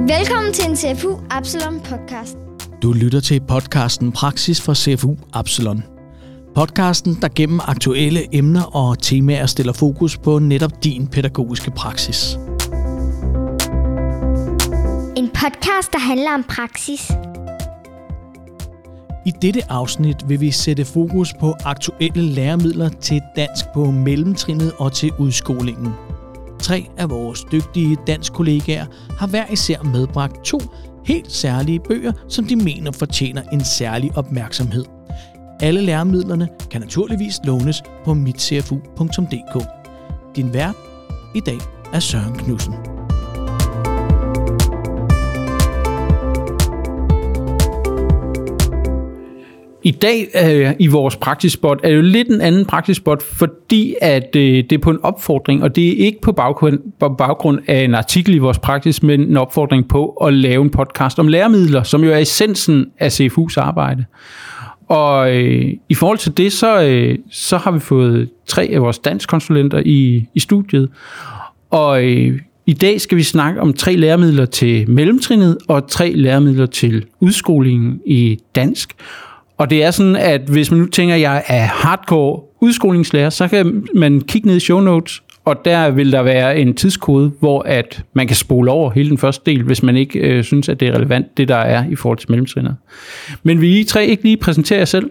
Velkommen til en CFU Absalon podcast. Du lytter til podcasten Praksis fra CFU Absalon. Podcasten, der gennem aktuelle emner og temaer stiller fokus på netop din pædagogiske praksis. En podcast, der handler om praksis. I dette afsnit vil vi sætte fokus på aktuelle læremidler til dansk på mellemtrinnet og til udskolingen. 3 af vores dygtige danskkollegaer har hver især medbragt 2 helt særlige bøger, som de mener fortjener en særlig opmærksomhed. Alle læremidlerne kan naturligvis lånes på mitcfu.dk. Din vært i dag er Søren Knudsen. I dag i vores praksisspot er jo lidt en anden praksisspot, fordi at det er på en opfordring, og det er ikke på baggrund af en artikel i vores praksis, men en opfordring på at lave en podcast om læremidler, som jo er essensen af CFU's arbejde. Og i forhold til det, så har vi fået 3 af vores danskkonsulenter i studiet, og i dag skal vi snakke om 3 læremidler til mellemtrinnet og 3 læremidler til udskolingen i dansk. Og det er sådan, at hvis man nu tænker, at jeg er hardcore udskolingslærer, så kan man kigge ned i show notes, og der vil der være en tidskode, hvor at man kan spole over hele den første del, hvis man ikke synes, at det er relevant, det der er i forhold til mellemtrinnet. Men vil I 3 ikke lige præsentere jer selv?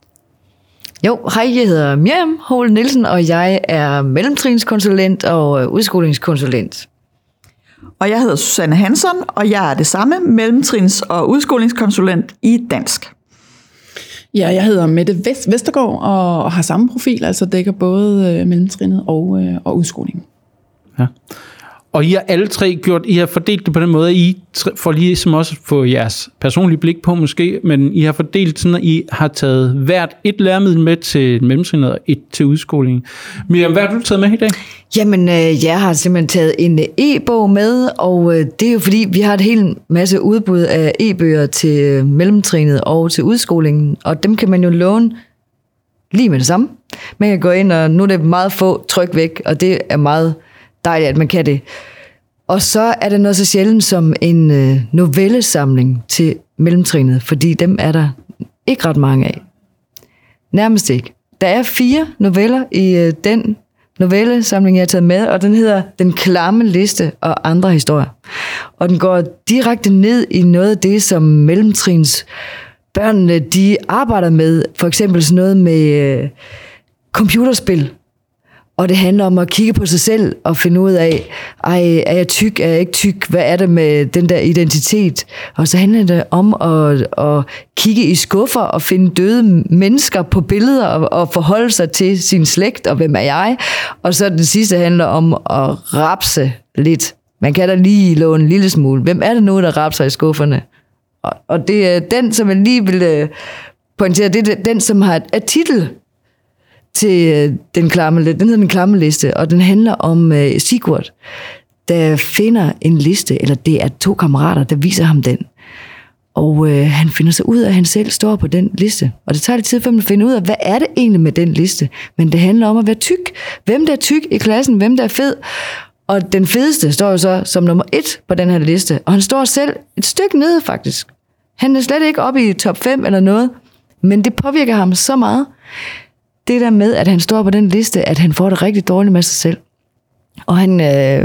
Jo, hej, jeg hedder Miriam Hoel Nielsen, og jeg er mellemtrinskonsulent og udskolingskonsulent. Og jeg hedder Susanne Hansson, og jeg er det samme mellemtrins- og udskolingskonsulent i dansk. Ja, jeg hedder Mette Vestergaard og har samme profil, altså dækker både mellemtrinnet og udskoling. Ja. Og I har alle 3 I har fordelt det på den måde, at I får lige som også få jeres personlige blik på måske, men I har fordelt sådan, at I har taget hvert et læremiddel med til mellemtrinnet og et til udskolingen. Miriam, hvad har du taget med i dag? Jamen, jeg har simpelthen taget en e-bog med, og det er jo fordi, vi har et helt masse udbud af e-bøger til mellemtrinnet og til udskolingen, og dem kan man jo låne lige med det samme. Man kan gå ind, og nu er det meget få tryk væk, og det er meget dejligt, at man kan det. Og så er der noget så sjældent som en novellesamling til mellemtrinnet, fordi dem er der ikke ret mange af. Nærmest ikke. Der er 4 noveller i den novellesamling, jeg har taget med, og den hedder Den klamme liste og andre historier. Og den går direkte ned i noget af det, som mellemtrins børnene de arbejder med. For eksempel sådan noget med computerspil. Og det handler om at kigge på sig selv og finde ud af, er jeg tyk, er jeg ikke tyk, hvad er det med den der identitet? Og så handler det om at kigge i skuffer og finde døde mennesker på billeder og forholde sig til sin slægt og hvem er jeg? Og så det sidste handler om at rapse lidt. Man kan da lige låne en lille smule. Hvem er det nu, der rapser i skufferne? Og det er den, som jeg lige vil pointere, det er den, som har et titel til den hedder Den klamme liste, og den handler om Sigurd, der finder en liste, eller det er 2 kammerater, der viser ham den. Og han finder sig ud af, at han selv står på den liste. Og det tager lidt tid for ham at finde ud af, hvad er det egentlig med den liste? Men det handler om at være tyk. Hvem der er tyk i klassen, hvem der er fed. Og den fedeste står jo så som nummer 1 på den her liste. Og han står selv et stykke nede faktisk. Han er slet ikke oppe i top 5 eller noget. Men det påvirker ham så meget. Det der med, at han står på den liste, at han får det rigtig dårligt med sig selv. Og han,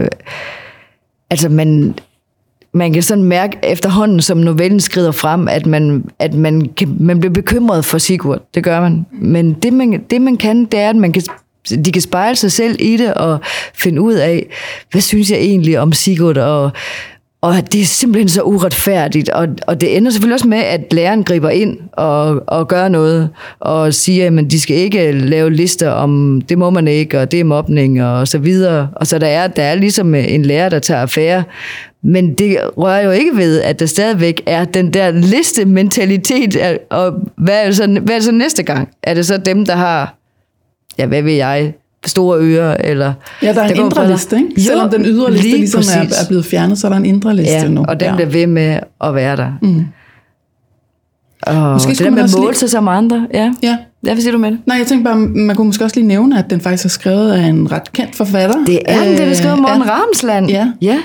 man kan sådan mærke efterhånden, som novellen skrider frem, at man bliver bekymret for Sigurd. Det gør man. Men det man kan, det er, at de kan spejle sig selv i det og finde ud af, hvad synes jeg egentlig om Sigurd, og det er simpelthen så uretfærdigt, og det ender selvfølgelig også med, at læreren griber ind og gør noget, og siger, at de skal ikke lave lister om, det må man ikke, og det er mobning, og så videre. Og så der er ligesom en lærer, der tager affære. Men det rører jo ikke ved, at der stadigvæk er den der listementalitet, og hvad er det så næste gang? Er det så dem, der har, ja, hvad ved jeg, store ører, eller... Ja, der er en indre liste, ikke? Jo, selvom den ydre liste ligesom er blevet fjernet, så er der en indre liste nu. Og den bliver ved med at være der. Mm. Og måske det der med at måle sig som andre, ja. Hvad siger du med det? Nej, jeg tænkte bare, man kunne måske også lige nævne, at den faktisk er skrevet af en ret kendt forfatter. Det er den er skrevet af Morten Ramsland. Ja.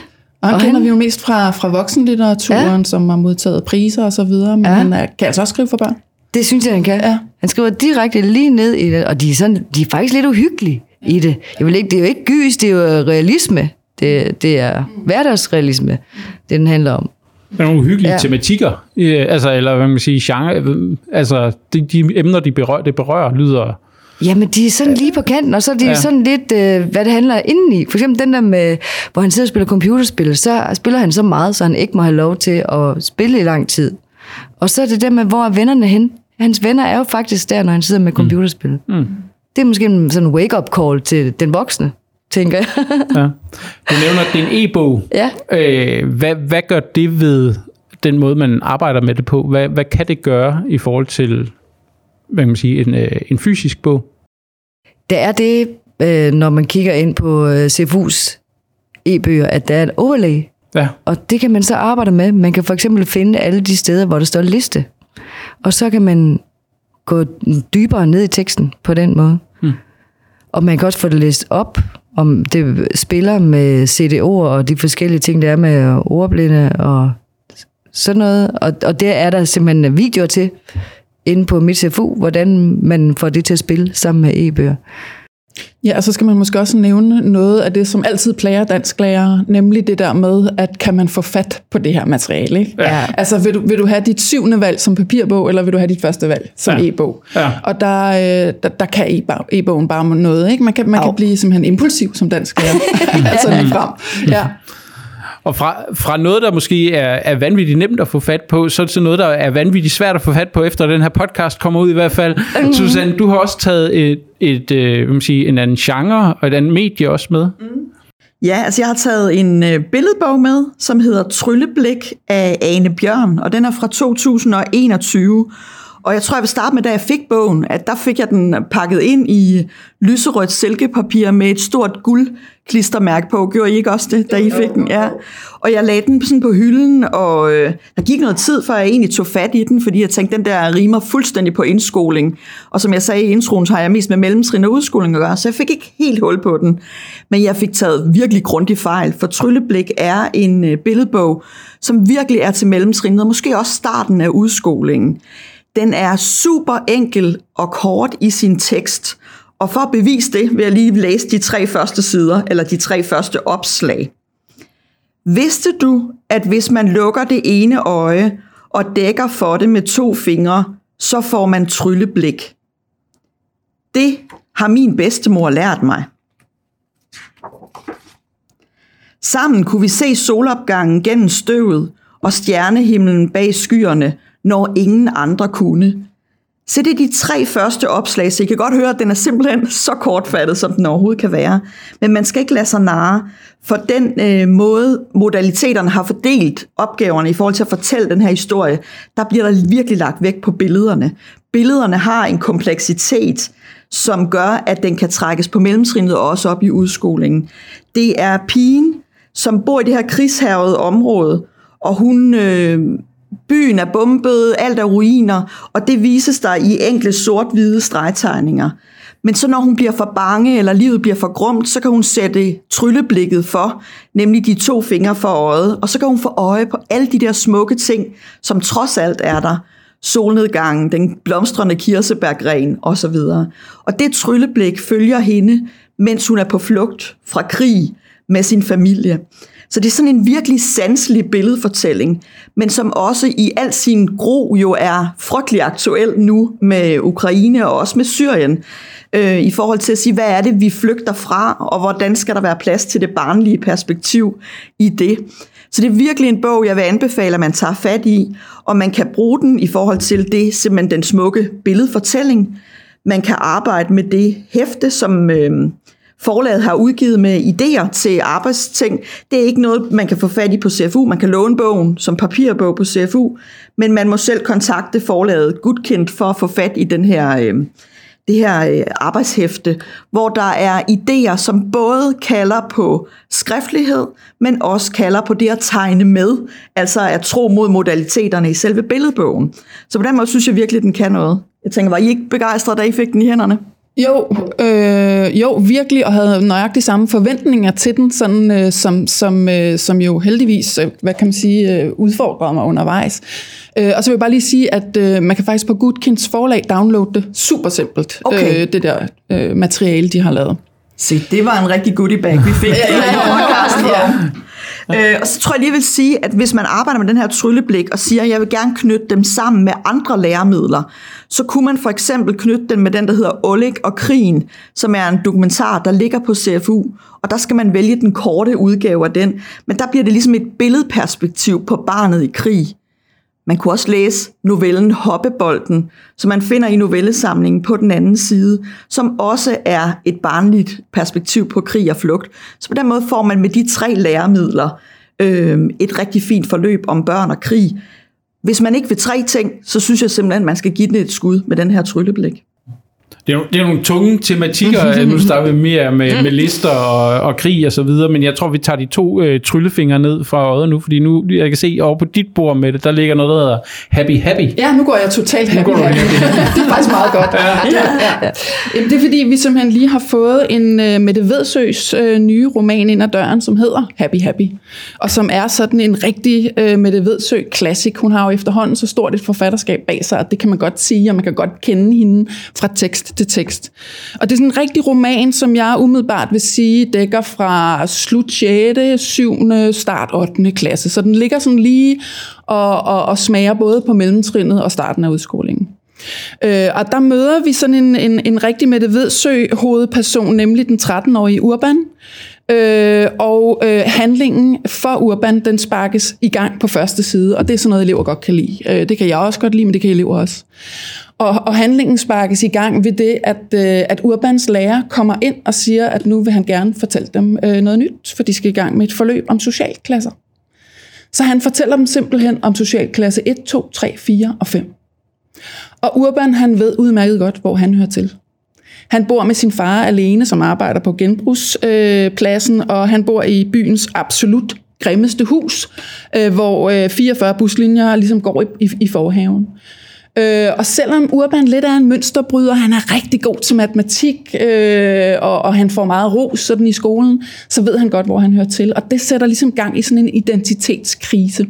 Og han kender vi jo mest fra voksenlitteraturen, som har modtaget priser og så videre, men han kan altså også skrive for børn. Det synes jeg, han kan. Ja. Han skriver direkte lige ned i det, og de er faktisk lidt uhyggelige i det. Det er jo ikke gys, det er jo realisme. Det er hverdagsrealisme, det den handler om. Der er nogle uhyggelige tematikker, altså, eller hvad man siger, genre, altså de emner, det berører, lyder... Jamen, de er sådan lige på kanten, og så er de sådan lidt, hvad det handler indeni. For eksempel den der med, hvor han sidder og spiller computerspil, så spiller han så meget, så han ikke må have lov til at spille i lang tid. Og så er det der med, hvor er vennerne hen? Hans venner er jo faktisk der, når han sidder med computerspil. Det er måske sådan en wake-up call til den voksne, tænker jeg. Ja. Du nævner, at det er en e-bog. Ja. Hvad gør det ved den måde, man arbejder med det på? Hvad kan det gøre i forhold til, hvad kan man sige, en fysisk bog? Der er det, når man kigger ind på CFU's e-bøger, at der er et overlay. Ja. Og det kan man så arbejde med. Man kan for eksempel finde alle de steder, hvor der står liste. Og så kan man gå dybere ned i teksten på den måde. Og man kan også få det læst op, om det spiller med CDO'er og de forskellige ting, der er med ordblinde og sådan noget. Og der er der simpelthen videoer til inde på mit CFU, hvordan man får det til at spille sammen med e-bøger. Ja, og så skal man måske også nævne noget af det, som altid plager dansklærere, nemlig det der med, at kan man få fat på det her materiale, ikke? Ja. Altså, vil du have dit 7. valg som papirbog, eller vil du have dit første valg som e-bog? Ja. Og der kan e-bogen bare noget, ikke? Man kan blive simpelthen impulsiv som dansklærer. Altså lige frem. Ja. Og fra noget, der måske er vanvittigt nemt at få fat på, så til noget, der er vanvittigt svært at få fat på, efter den her podcast kommer ud i hvert fald. Susanne, du har også taget en anden genre og et andet medie også med. Ja, altså jeg har taget en billedbog med, som hedder Trylleblik af Ane Bjørn, og den er fra 2021. Og jeg tror, jeg vil starte med, da jeg fik bogen, at der fik jeg den pakket ind i lyserødt silkepapir med et stort guldklistermærke på. Gjorde I ikke også det, da I fik den? Ja. Og jeg lagde den sådan på hylden, og der gik noget tid, før jeg egentlig tog fat i den, fordi jeg tænkte, den der rimer fuldstændig på indskoling. Og som jeg sagde i introen, så har jeg mest med mellemtrin og udskoling at gøre, så jeg fik ikke helt hul på den. Men jeg fik taget virkelig grundig fejl, for Trylleblik er en billedbog, som virkelig er til mellemtrin, og måske også starten af udskolingen. Den er super enkel og kort i sin tekst, og for at bevise det, vil jeg lige læse de 3 første sider, eller de 3 første opslag. Vidste du, at hvis man lukker det ene øje og dækker for det med 2 fingre, så får man trylleblik? Det har min bedstemor lært mig. Sammen kunne vi se solopgangen gennem støvet og stjernehimlen bag skyerne, når ingen andre kunne. Så det er de 3 første opslag, så I kan godt høre, at den er simpelthen så kortfattet, som den overhovedet kan være. Men man skal ikke lade sig narre, for den måde, modaliteterne har fordelt opgaverne i forhold til at fortælle den her historie, der bliver der virkelig lagt vægt på billederne. Billederne har en kompleksitet, som gør, at den kan trækkes på mellemtrinnet og også op i udskolingen. Det er pigen, som bor i det her krigshærgede område, og hun... Byen er bombet, alt er ruiner, og det vises der i enkle sort-hvide stregtegninger. Men så når hun bliver for bange, eller livet bliver for grumt, så kan hun sætte trylleblikket for, nemlig de 2 fingre for øjet, og så kan hun få øje på alle de der smukke ting, som trods alt er der. Solnedgangen, den blomstrende kirsebærgren osv. Og det trylleblik følger hende, mens hun er på flugt fra krig med sin familie. Så det er sådan en virkelig sanselig billedfortælling, men som også i al sin gro jo er frygtelig aktuel nu med Ukraine og også med Syrien, i forhold til at sige, hvad er det, vi flygter fra, og hvordan skal der være plads til det barnlige perspektiv i det. Så det er virkelig en bog, jeg vil anbefale, at man tager fat i, og man kan bruge den i forhold til det, simpelthen den smukke billedfortælling. Man kan arbejde med det hæfte, som... forlaget har udgivet med idéer til arbejdsting. Det er ikke noget, man kan få fat i på CFU. Man kan låne bogen som papirbog på CFU, men man må selv kontakte forlaget Gudkendt for at få fat i det her arbejdshæfte, hvor der er idéer, som både kalder på skriftlighed, men også kalder på det at tegne med, altså at tro mod modaliteterne i selve billedbogen. Så på den måde synes jeg virkelig, den kan noget. Jeg tænker, var I ikke begejstrede, da I fik den i hænderne? Jo, Jo, virkelig, og havde nøjagtigt samme forventninger til den, sådan, som jo heldigvis, hvad kan man sige, udfordrede mig undervejs. Og så vil jeg bare lige sige, at man kan faktisk på Gudkinds forlag downloade det super simpelt, det der materiale, de har lavet. Se, det var en rigtig goodie bag, vi fik. Og så tror jeg lige, vil sige, at hvis man arbejder med den her trylleblik og siger, at jeg vil gerne knytte dem sammen med andre læremidler, så kunne man for eksempel knytte dem med den, der hedder Oleg og krigen, som er en dokumentar, der ligger på CFU, og der skal man vælge den korte udgave af den. Men der bliver det ligesom et billedperspektiv på barnet i krig. Man kunne også læse novellen Hoppebolden, som man finder i novellesamlingen på den anden side, som også er et barnligt perspektiv på krig og flugt. Så på den måde får man med de 3 læremidler et rigtig fint forløb om børn og krig. Hvis man ikke vil 3 ting, så synes jeg simpelthen, at man skal give den et skud med den her trylleblik. Det er nogle tunge tematikker, nu starter vi mere med lister og krig og så videre, men jeg tror, vi tager de 2 tryllefingre ned fra øjet nu, fordi nu, jeg kan se over på dit bord med det, der ligger noget, der hedder Happy Happy. Ja, nu går jeg totalt happy. Det er faktisk meget godt. Ja. Jamen, det er fordi, vi simpelthen lige har fået en Mette Vedsøs nye roman ind ad døren, som hedder Happy Happy, og som er sådan en rigtig Mette Vedsø klassik. Hun har jo efterhånden så stort et forfatterskab bag sig, at det kan man godt sige, og man kan godt kende hende fra tekst til tekst. Og det er sådan en rigtig roman, som jeg umiddelbart vil sige, dækker fra slut 6., 7., start 8. klasse. Så den ligger sådan lige og smager både på mellemtrinnet og starten af udskolingen. Og der møder vi sådan en rigtig Mette Vedsø hovedperson, nemlig den 13-årige Urban. Og handlingen for Urban, den sparkes i gang på første side, og det er sådan noget, elever godt kan lide. Det kan jeg også godt lide, men det kan elever også. Og handlingen sparkes i gang ved det, at Urbans lærer kommer ind og siger, at nu vil han gerne fortælle dem noget nyt, for de skal i gang med et forløb om socialklasser. Så han fortæller dem simpelthen om socialklasse 1, 2, 3, 4 og 5. Og Urban, han ved udmærket godt, hvor han hører til. Han bor med sin far alene, som arbejder på genbrugspladsen, og han bor i byens absolut grimmeste hus, hvor 44 buslinjer ligesom går i forhaven. Og selvom Urban lidt er en mønsterbryder, han er rigtig god til matematik, og han får meget ros sådan i skolen, så ved han godt, hvor han hører til. Og det sætter ligesom gang i sådan en identitetskrise.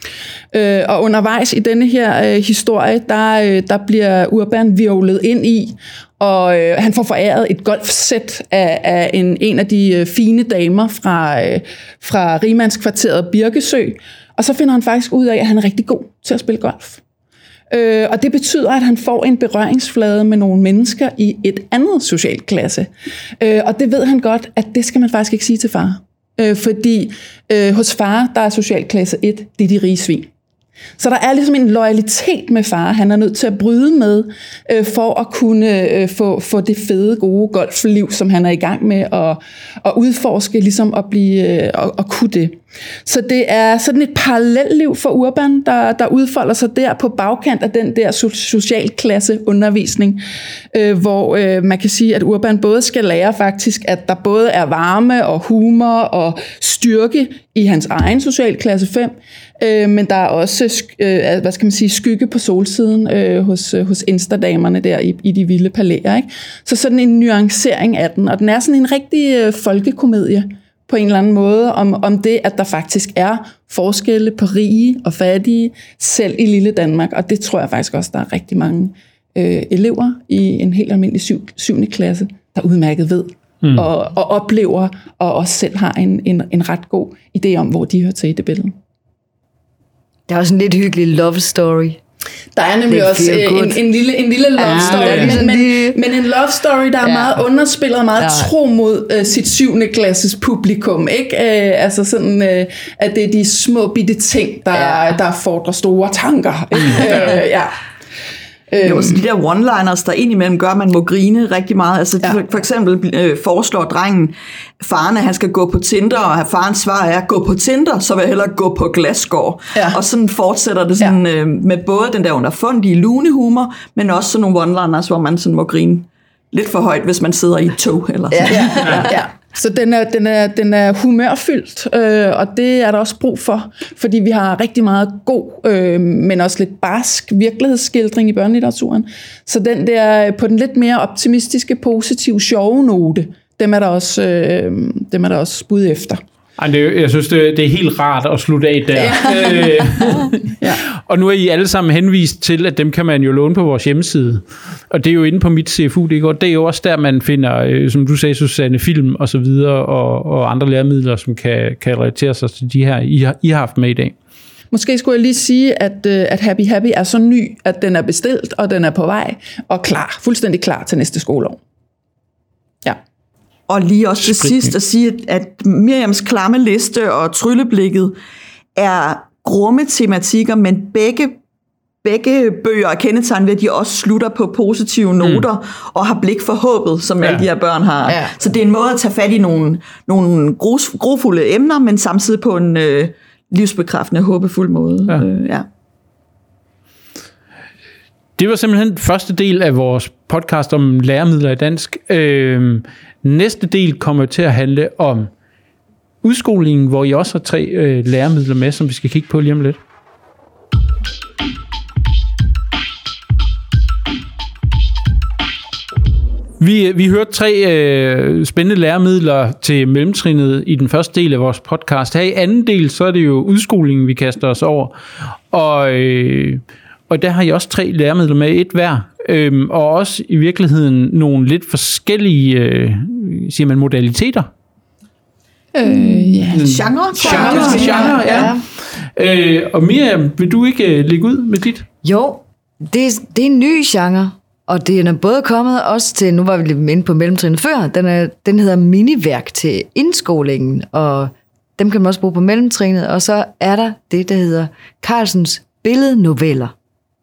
Og undervejs i denne her historie, der bliver Urban hvirvlet ind i, og han får foræret et golfsæt af en af de fine damer fra rigmandskvarteret Birkesø, og så finder han faktisk ud af, at han er rigtig god til at spille golf. Og det betyder, at han får en berøringsflade med nogle mennesker i et andet socialklasse. Og det ved han godt, at det skal man faktisk ikke sige til far. Fordi hos far, der er socialklasse 1, det er de rige svin. Så der er ligesom en loyalitet med far, han er nødt til at bryde med, for at kunne få det fede, gode golfliv, som han er i gang med at udforske, ligesom at kunne det. Så det er sådan et parallelliv for Urban, der udfolder sig der på bagkant af den der socialklasseundervisning, hvor man kan sige, at Urban både skal lære faktisk, at der både er varme og humor og styrke i hans egen socialklasse 5, men der er også skygge på solsiden hos instadamerne der i de vilde palæer, ikke? Så sådan en nuancering af den, og den er sådan en rigtig folkekomedie på en eller anden måde, om det, at der faktisk er forskelle på rige og fattige, selv i lille Danmark, og det tror jeg faktisk også, der er rigtig mange elever i en helt almindelig 7. klasse, der udmærket ved, og oplever, og også selv har en ret god idé om, hvor de hører til i det billede. Der er også en lidt hyggelig love story. Der er nemlig også en lille love story, men en love story, der er meget underspillet og meget tro mod sit 7. klasses publikum, ikke? Altså sådan, at det er de små bitte ting, der fordrer store tanker. Jo, så de der one-liners, der indimellem gør, at man må grine rigtig meget. Altså for eksempel foreslår drengen, faren, at han skal gå på Tinder, og farens svar er, gå på Tinder, så vil jeg hellere gå på Glasgård. Ja. Og sådan fortsætter det sådan, med både den der underfundige lunehumor, men også sådan nogle one-liners, hvor man sådan må grine lidt for højt, hvis man sidder i et tog. Eller sådan. Så den er humørfyldt, og det er der også brug for, fordi vi har rigtig meget god, men også lidt barsk virkelighedsskildring i børnelitteraturen. Så den der på den lidt mere optimistiske, positive, sjove note, dem er der også bud efter. Jeg synes, det er helt rart at slutte af der. Ja. Og nu er I alle sammen henvist til, at dem kan man jo låne på vores hjemmeside. Og det er jo inde på mit CFU.dk. Det er jo også der, man finder, som du sagde, Susanne, film og så videre, og andre læremidler, som kan relatere sig til de her, I har haft med i dag. Måske skulle jeg lige sige, at Happy Happy er så ny, at den er bestilt, og den er på vej, og fuldstændig klar til næste skoleår. Ja. Og lige også til sidst at sige, at Miriams klamme liste og Trylleblikket er grumme tematikker, men begge bøger er kendetegnet ved, at de også slutter på positive noter og har blik for håbet, som alle de her børn har. Ja. Så det er en måde at tage fat i nogle grofulde emner, men samtidig på en livsbekræftende, håbefuld måde. Ja. Det var simpelthen første del af vores podcast om læremidler i dansk. Næste del kommer til at handle om udskolingen, hvor I også har 3 læremidler med, som vi skal kigge på lige om lidt. Vi hørte 3 spændende læremidler til mellemtrinnet i den første del af vores podcast. Her i anden del, så er det jo udskolingen, vi kaster os over. Og der har I også 3 læremidler med, 1 hver. Og også i virkeligheden nogle lidt forskellige, siger man, modaliteter. Genre, ja. Og Miriam, vil du ikke lægge ud med dit? Jo, det er en ny genre, og det er både kommet også til, nu var vi lidt inde på mellemtrinnet før, den hedder miniværk til indskolingen, og dem kan man også bruge på mellemtrinnet, og så er der det, der hedder Carlsens billednoveller.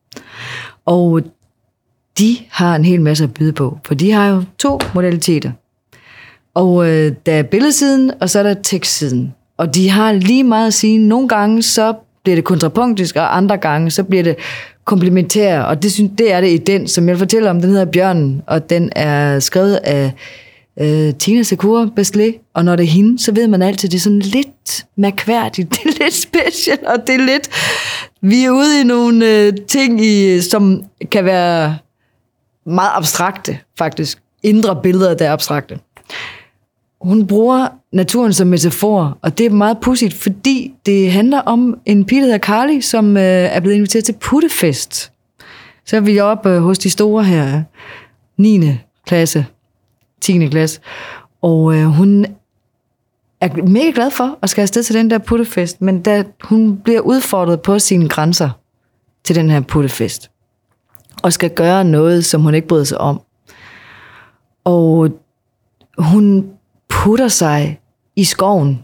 Og de har en hel masse at byde på, for de har jo 2 modaliteter. Og der er billedsiden, og så er der tekstsiden. Og de har lige meget at sige. Nogle gange så bliver det kontrapunktisk, og andre gange så bliver det komplementær. Og det er det i den, som jeg fortæller om. Den hedder Bjørnen, og den er skrevet af Tina Sakura Beslet. Og når det er hende, så ved man altid, det er sådan lidt mærkværdigt. Det er lidt special, og det er lidt... Vi er ude i nogle ting, som kan være meget abstrakte, faktisk. Indre billeder, der er abstrakte. Hun bruger naturen som metafor, og det er meget pudsigt, fordi det handler om en pige, der hedder Carly, som er blevet inviteret til puttefest. Så er vi oppe hos de store her, 9. klasse, 10. klasse, og hun er mega glad for at skal afsted til den der puttefest, men da hun bliver udfordret på sine grænser til den her puttefest, og skal gøre noget, som hun ikke bryder sig om. Og hun putter sig i skoven,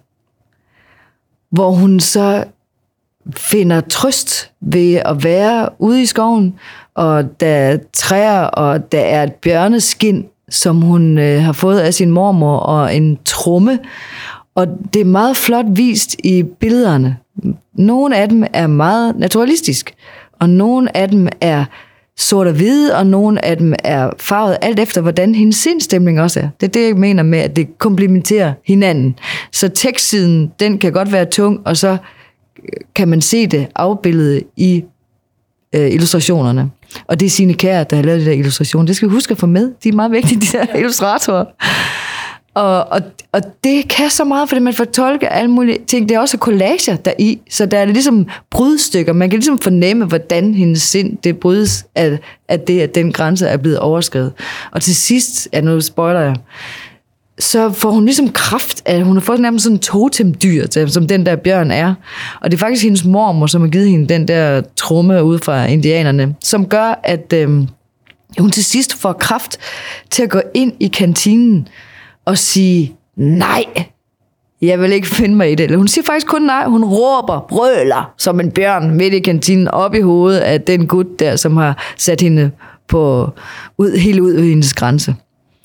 hvor hun så finder trøst ved at være ude i skoven, og der er træer, og der er et bjørneskin, som hun har fået af sin mormor, og en tromme. Og det er meget flot vist i billederne. Nogle af dem er meget naturalistisk, og nogle af dem er sort og hvide, og nogle af dem er farvet alt efter, hvordan hendes sindstemning også er. Det er det, jeg mener med, at det komplementerer hinanden. Så tekstsiden, den kan godt være tung, og så kan man se det afbildet i illustrationerne. Og det er Signe Kjær, der har lavet de der illustrationer. Det skal vi huske at få med. De er meget vigtige, de der illustratorer. Og det kan så meget, fordi man får tolke alle mulige ting. Det er også collager deri, så der er det ligesom brudstykker. Man kan ligesom fornemme, hvordan hendes sind det brydes af det, at den grænse er blevet overskredet. Og til sidst, nu spoiler jeg, så får hun ligesom kraft af, hun har fået nærmest sådan en totemdyr, som den der bjørn er. Og det er faktisk hendes mormor, som har givet hende den der tromme ud fra indianerne, som gør, at hun til sidst får kraft til at gå ind i kantinen og sige, nej, jeg vil ikke finde mig i det. Eller hun siger faktisk kun nej, hun råber, brøler som en bjørn midt i kantinen op i hovedet af den gut der, som har sat hende helt ud af hendes grænse.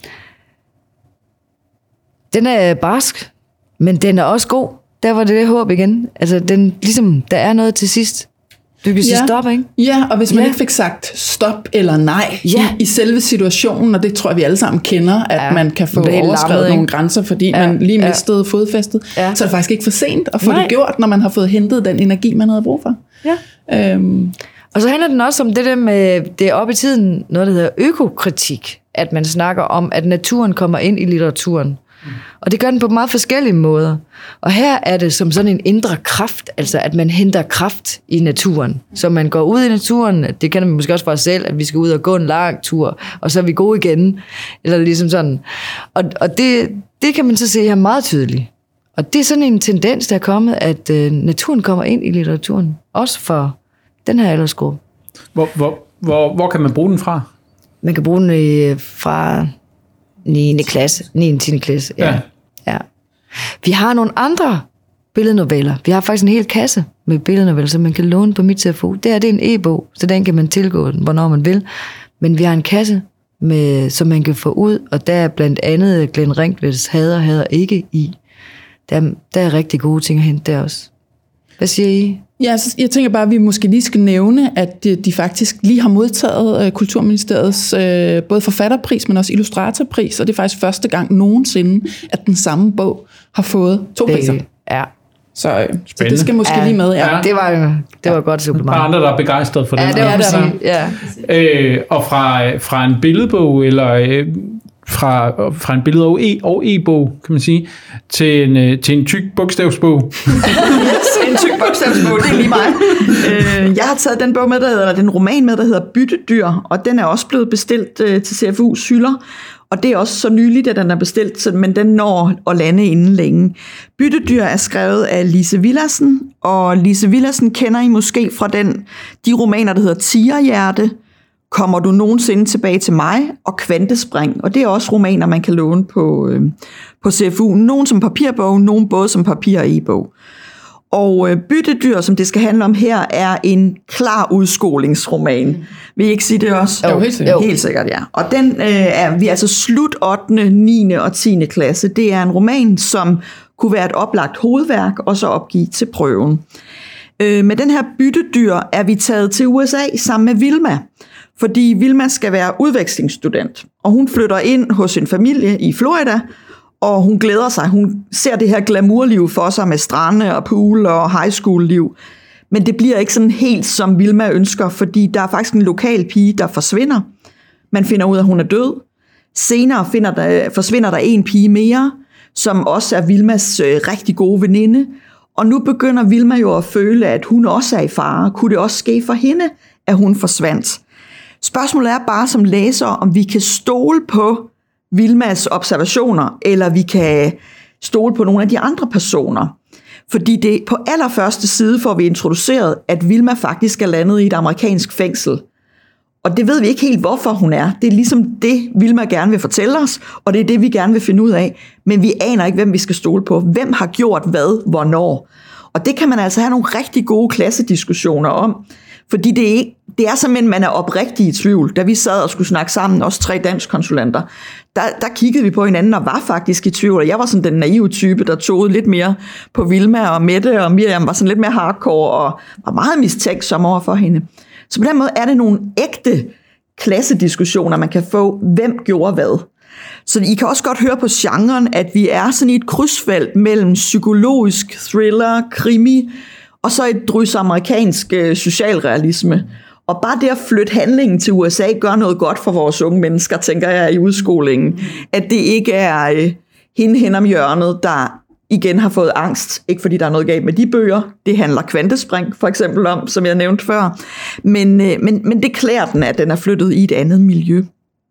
Den er barsk, men den er også god. Der var det håb igen. Altså, der er noget til sidst. Du kan sige stop, ikke? Ja, og hvis man ikke fik sagt stop eller nej i selve situationen, og det tror jeg, vi alle sammen kender, at man kan få overskrevet nogle grænser, fordi man lige mistede fodfæstet, så er det faktisk ikke for sent at få det gjort, når man har fået hentet den energi, man havde brug for. Ja. Og så handler den også om det der med, det er oppe i tiden, noget der hedder økokritik, at man snakker om, at naturen kommer ind i litteraturen. Og det gør den på meget forskellige måder. Og her er det som sådan en indre kraft, altså at man henter kraft i naturen. Så man går ud i naturen, det kender man måske også fra os selv, at vi skal ud og gå en lang tur, og så er vi gode igen. Eller ligesom sådan. Og det kan man så se her meget tydeligt. Og det er sådan en tendens, der er kommet, at naturen kommer ind i litteraturen. Også for den her aldersgruppe. Hvor kan man bruge den fra? Man kan bruge den fra 9. klasse, 9. 10. klasse. Ja. Vi har nogle andre billednoveller. Vi har faktisk en hel kasse med billednoveller, som man kan låne på mit CFU. Det er en e-bog, så den kan man tilgå, hvornår man vil. Men vi har en kasse, som man kan få ud, og der er blandt andet Glenn Ringbleds Hader ikke i. Der er rigtig gode ting at hente der også. Hvad siger I? Ja, jeg tænker bare, at vi måske lige skal nævne, at de faktisk lige har modtaget Kulturministeriets både forfatterpris, men også illustratorpris, og det er faktisk første gang nogensinde, at den samme bog har fået 2 priser. Ja. Så det skal måske lige med. Ja. Det var et godt supplement. Der er andre, der er begejstret for det. Ja, det var præcis. Og fra en billedbog, eller fra en billede- og e-bog, kan man sige, til en tyk bogstavsbog. En tyk bogstavsbog, det er lige mig. Jeg har taget den bog med, den roman med, der hedder Byttedyr, og den er også blevet bestilt til CFU's hylder. Og det er også så nyligt, at den er bestilt, men den når at lande inden længe. Byttedyr er skrevet af Lise Villadsen, og Lise Villadsen kender I måske fra de romaner, der hedder Tigerhjerte, Kommer du nogensinde tilbage til mig, og Kvantespring. Og det er også romaner, man kan låne på CFU. Nogle som papirbog, nogle både som papir- og e-bog. Og Byttedyr, som det skal handle om her, er en klar udskolingsroman. Vil I ikke sige det også? Jo, helt sikkert. Helt sikkert, ja. Og den vi er altså slut 8., 9. og 10. klasse. Det er en roman, som kunne være et oplagt hovedværk, og så opgive til prøven. Med den her Byttedyr er vi taget til USA sammen med Vilma. Fordi Vilma skal være udvekslingsstudent, og hun flytter ind hos en familie i Florida, og hun glæder sig. Hun ser det her glamourliv for sig med strande og pool og high school liv. Men det bliver ikke sådan helt, som Vilma ønsker, fordi der er faktisk en lokal pige, der forsvinder. Man finder ud af, at hun er død. Senere forsvinder der en pige mere, som også er Vilmas rigtig gode veninde. Og nu begynder Vilma jo at føle, at hun også er i fare. Kunne det også ske for hende, at hun forsvandt? Spørgsmålet er bare som læser, om vi kan stole på Vilmas observationer, eller vi kan stole på nogle af de andre personer. Fordi det på allerførste side får vi introduceret, at Vilma faktisk er landet i et amerikansk fængsel. Og det ved vi ikke helt, hvorfor hun er. Det er ligesom det, Vilma gerne vil fortælle os, og det er det, vi gerne vil finde ud af. Men vi aner ikke, hvem vi skal stole på. Hvem har gjort hvad, hvornår? Og det kan man altså have nogle rigtig gode klassediskussioner om. Fordi det er simpelthen, man er oprigtig i tvivl. Da vi sad og skulle snakke sammen, også 3 danskkonsulenter, der kiggede vi på hinanden og var faktisk i tvivl. Og jeg var sådan den naive type, der tog lidt mere på Vilma, og Mette og Miriam var sådan lidt mere hardcore og var meget mistænksom over for hende. Så på den måde er det nogle ægte klassediskussioner, man kan få, hvem gjorde hvad. Så I kan også godt høre på genren, at vi er sådan i et krydsfelt mellem psykologisk thriller, krimi, og så et drys amerikansk socialrealisme. Og bare det at flytte handlingen til USA gør noget godt for vores unge mennesker, tænker jeg, i udskolingen. At det ikke er hende om hjørnet, der igen har fået angst. Ikke fordi der er noget galt med de bøger. Det handler Kvantespring for eksempel om, som jeg nævnte før. Men det klæder den, at den er flyttet i et andet miljø.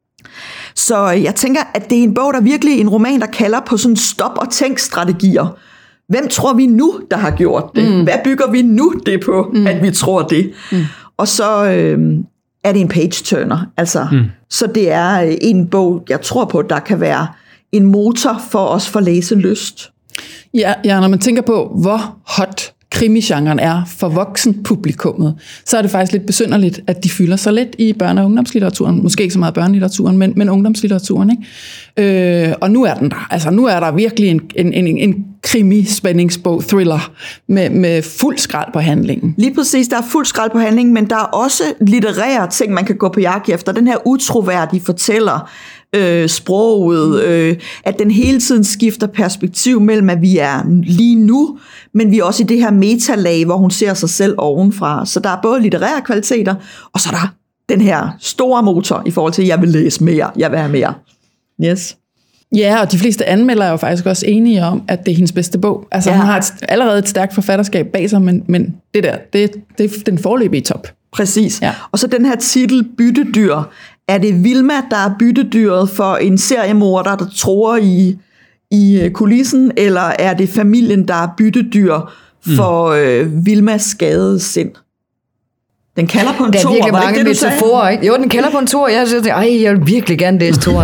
Så jeg tænker, at det er en bog, der virkelig er en roman, der kalder på sådan stop- og tænk-strategier. Hvem tror vi nu, der har gjort det? Hvad bygger vi nu det på, at vi tror det? Og så er det en page-turner. Altså, så det er en bog, jeg tror på, der kan være en motor for os for læselyst. Ja, når man tænker på, hvor hot krimigenren er for voksenpublikummet, så er det faktisk lidt besynderligt, at de fylder så lidt i børne- og ungdomslitteraturen. Måske ikke så meget børnelitteraturen, men ungdomslitteraturen. Ikke? Og nu er den der. Altså, nu er der virkelig en krimi, spændingsbog, thriller med fuld skrald på handlingen. Lige præcis, der er fuld skrald på handlingen, men der er også litterære ting, man kan gå på jagt efter. Den her utroværdige fortæller, sproget, at den hele tiden skifter perspektiv mellem, at vi er lige nu, men vi er også i det her metalag, hvor hun ser sig selv ovenfra. Så der er både litterære kvaliteter, og så er der den her store motor i forhold til, at jeg vil læse mere, jeg vil have mere. Yes. Ja, og de fleste anmeldere er jo faktisk også enige om, at det er hendes bedste bog. Altså hun har allerede et stærkt forfatterskab bag sig, men det er den foreløbige top. Præcis. Ja. Og så den her titel, Byttedyr. Er det Vilma, der er byttedyret for en seriemorder, der tror i kulissen, eller er det familien, der er byttedyr for Vilmas skadede sind? Den kalder på en toer, var det ikke det, du sagde? Ikke? Jo, den kalder på en toer. Jeg synes, jeg vil virkelig gerne læse toer.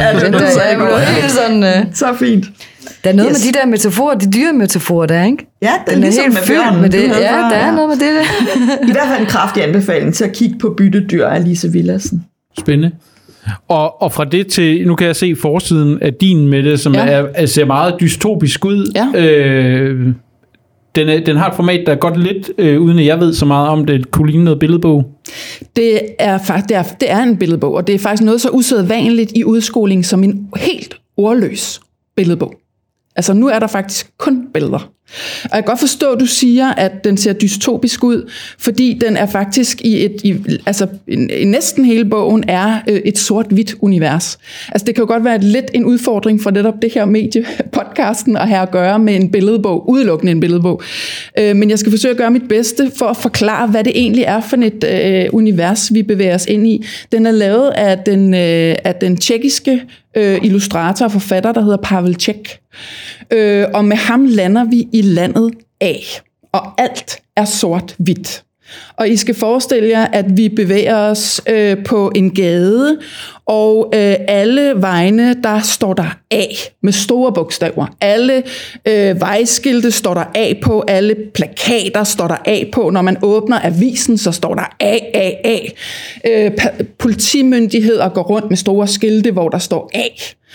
Så fint. Der er noget med de der metaforer, de dyre metaforer der, ikke? Ja, den er ligesom helt fyldt med det. Ja, der er noget med det der. I hvert fald en kraftig anbefaling til at kigge på Byttedyr af Lise Villadsen. Spændende. Og fra det til, nu kan jeg se forsiden af din, Mette, som ser meget dystopisk ud. Ja. Den har et format, der er godt lidt, uden at jeg ved så meget om det, kunne ligne noget billedbog. Det er en billedbog, og det er faktisk noget så usædvanligt i udskoling som en helt ordløs billedbog. Altså nu er der faktisk kun billeder. Og jeg kan godt forstå, at du siger, at den ser dystopisk ud, fordi den er faktisk i næsten hele bogen er et sort-hvidt univers. Altså det kan jo godt være lidt en udfordring for netop det her medie, podcasten, at have at gøre med en billedbog, udelukkende en billedbog. Men jeg skal forsøge at gøre mit bedste for at forklare, hvad det egentlig er for et univers, vi bevæger os ind i. Den er lavet af den tjekkiske illustrator og forfatter, der hedder Pavel Čech. Og med ham lander vi i landet A, og alt er sort-hvidt. Og I skal forestille jer, at vi bevæger os på en gade, og alle vejene, der står der A med store bogstaver. Alle vejskilte står der A på, alle plakater står der A på. Når man åbner avisen, så står der A, A, A. Politimyndigheder går rundt med store skilte, hvor der står A.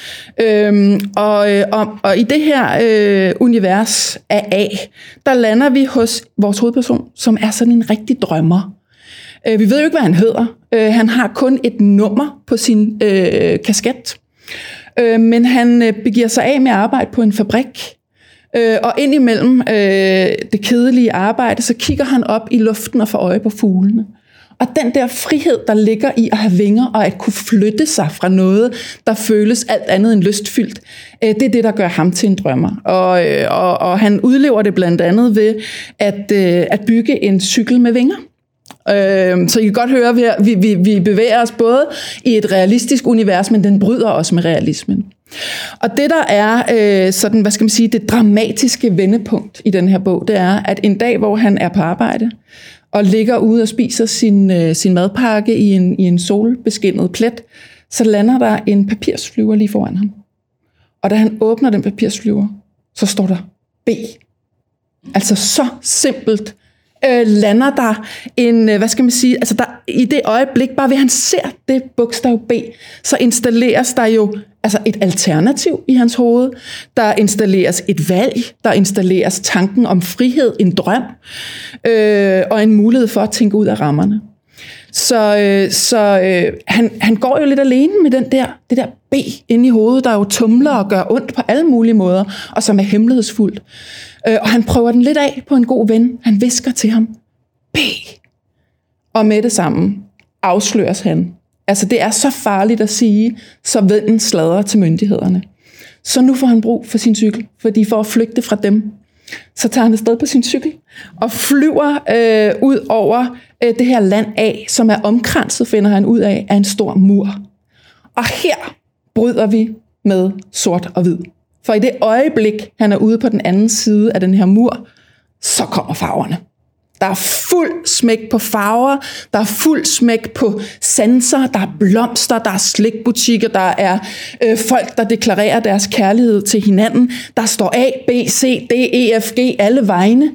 Og i det her univers af A, der lander vi hos vores hovedperson, som er sådan en rigtig drømmer. Vi ved jo ikke, hvad han hedder. Han har kun et nummer på sin kasket. Men han begiver sig af med at arbejde på en fabrik. Og indimellem det kedelige arbejde, så kigger han op i luften og får øje på fuglene. Og den der frihed, der ligger i at have vinger og at kunne flytte sig fra noget, der føles alt andet end lystfyldt, det er det, der gør ham til en drømmer. Og han udlever det blandt andet ved at bygge en cykel med vinger. Så I kan godt høre, at vi bevæger os både i et realistisk univers, men den bryder også med realismen. Og det der er sådan, hvad skal man sige, det dramatiske vendepunkt i den her bog, det er, at en dag, hvor han er på arbejde, og ligger ude og spiser sin madpakke i en solbeskinnet plet, så lander der en papirsflyver lige foran ham. Og da han åbner den papirsflyver, så står der B. Altså så simpelt lander der en, hvad skal man sige, altså der, i det øjeblik, bare ved han ser det bogstav B, så installeres der jo altså et alternativ i hans hoved, der installeres et valg, der installeres tanken om frihed, en drøm, og en mulighed for at tænke ud af rammerne. Så han går jo lidt alene med det der B inde i hovedet, der jo tumler og gør ondt på alle mulige måder, og som er hemmelighedsfuldt. Og han prøver den lidt af på en god ven. Han hvisker til ham, B. Og med det samme afsløres han. Altså det er så farligt at sige, så vennen sladrer til myndighederne. Så nu får han brug for sin cykel, fordi for at flygte fra dem, så tager han afsted på sin cykel og flyver ud over det her land A, som er omkranset, finder han ud af en stor mur. Og her bryder vi med sort og hvid. For i det øjeblik, han er ude på den anden side af den her mur, så kommer farverne. Der er fuld smæk på farver, der er fuld smæk på sanser, der er blomster, der er slikbutikker, der er folk, der deklarerer deres kærlighed til hinanden. Der står A, B, C, D, E, F, G, alle vegne.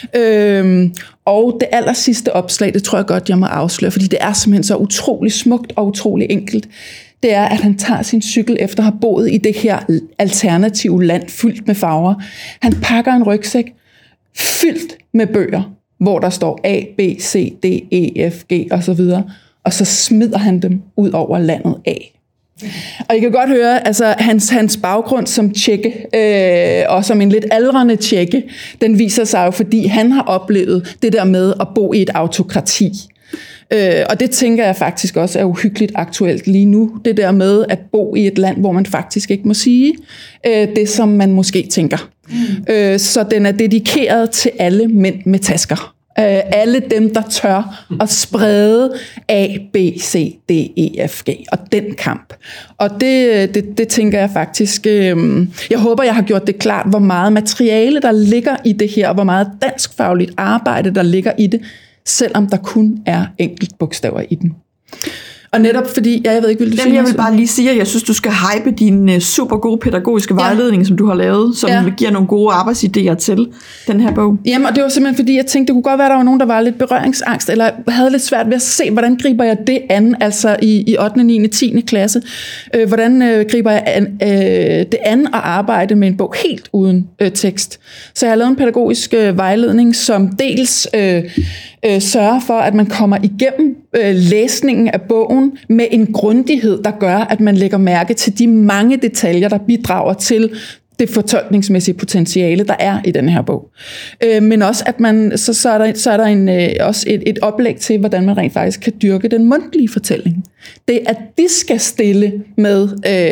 Og det aller sidste opslag, det tror jeg godt, jeg må afsløre, fordi det er simpelthen så utrolig smukt og utrolig enkelt. det er, at han tager sin cykel efter at have boet i det her alternative land fyldt med farver. Han pakker en rygsæk fyldt med bøger, hvor der står A, B, C, D, E, F, G osv., og så smider han dem ud over landet af. Og I kan godt høre, altså hans baggrund som tjekke, og som en lidt aldrende tjekke, den viser sig jo, fordi han har oplevet det der med at bo i et autokrati. Og det tænker jeg faktisk også er uhyggeligt aktuelt lige nu. Det der med at bo i et land, hvor man faktisk ikke må sige det, som man måske tænker. Så den er dedikeret til alle mænd med tasker. Alle dem, der tør at sprede A, B, C, D, E, F, G. Og den kamp. Og det tænker jeg faktisk... jeg håber, jeg har gjort det klart, hvor meget materiale, der ligger i det her, og hvor meget danskfagligt arbejde, der ligger i det, selvom der kun er enkelt bogstaver i den. Og netop fordi, jeg ved ikke, vil du sige? Jeg vil bare lige sige, at jeg synes, du skal hype din super gode pædagogiske vejledning, som du har lavet, som giver nogle gode arbejdsidéer til den her bog. Jamen, og det var simpelthen fordi, jeg tænkte, det kunne godt være, at der var nogen, der var lidt berøringsangst, eller havde lidt svært ved at se, hvordan griber jeg det an, altså i 8., 9., 10. klasse. Hvordan griber jeg det an at arbejde med en bog helt uden tekst. Så jeg har lavet en pædagogisk vejledning, som dels sørger for, at man kommer igennem læsningen af bogen med en grundighed, der gør, at man lægger mærke til de mange detaljer, der bidrager til det fortolkningsmæssige potentiale, der er i den her bog. Men også, at man så er der også et oplæg til, hvordan man rent faktisk kan dyrke den mundtlige fortælling. Det at de skal stille med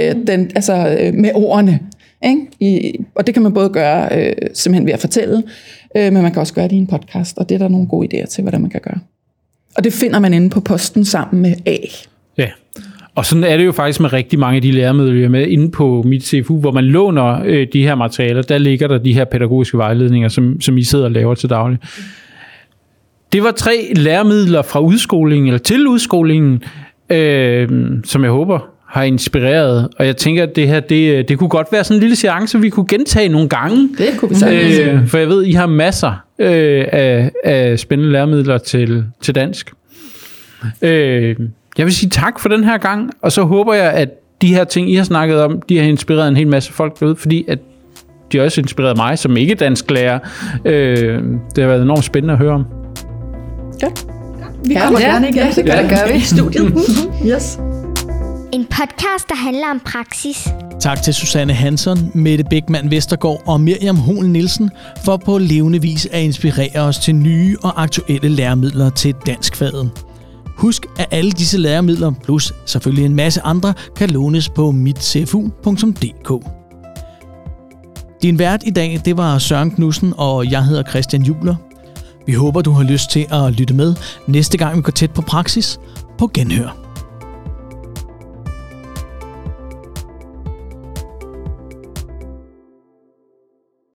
med ordene. Ikke? Og det kan man både gøre simpelthen ved at fortælle, men man kan også gøre det i en podcast, og det er der nogle gode idéer til, hvordan man kan gøre. Og det finder man inde på posten sammen med A. Ja, og sådan er det jo faktisk med rigtig mange af de læremidler, vi er med inde på mit CFU, hvor man låner de her materialer. Der ligger der de her pædagogiske vejledninger, som I sidder og laver til daglig. Det var 3 læremidler fra udskolingen, eller til udskolingen, som jeg håber har inspireret, og jeg tænker, at det her, det kunne godt være sådan en lille seance, vi kunne gentage nogle gange. Det kunne vi sagtens. For jeg ved, I har masser af spændende læremidler til dansk. Jeg vil sige tak for den her gang, og så håber jeg, at de her ting, I har snakket om, de har inspireret en hel masse folk derude, fordi at de har også inspireret mig, som ikke dansklærer. Det har været enormt spændende at høre om. Ja. Vi kommer gerne igen. Ja, det gør vi. Studiet. Yes. En podcast, der handler om praksis. Tak til Susanne Hansson, Mette Beckmann Vestergaard og Miriam Hoel Nielsen for på levende vis at inspirere os til nye og aktuelle læremidler til danskfaget. Husk, at alle disse læremidler, plus selvfølgelig en masse andre, kan lånes på mitcfu.dk. Din vært i dag, det var Søren Knudsen, og jeg hedder Christian Juler. Vi håber, du har lyst til at lytte med næste gang, vi går tæt på praksis. På genhør.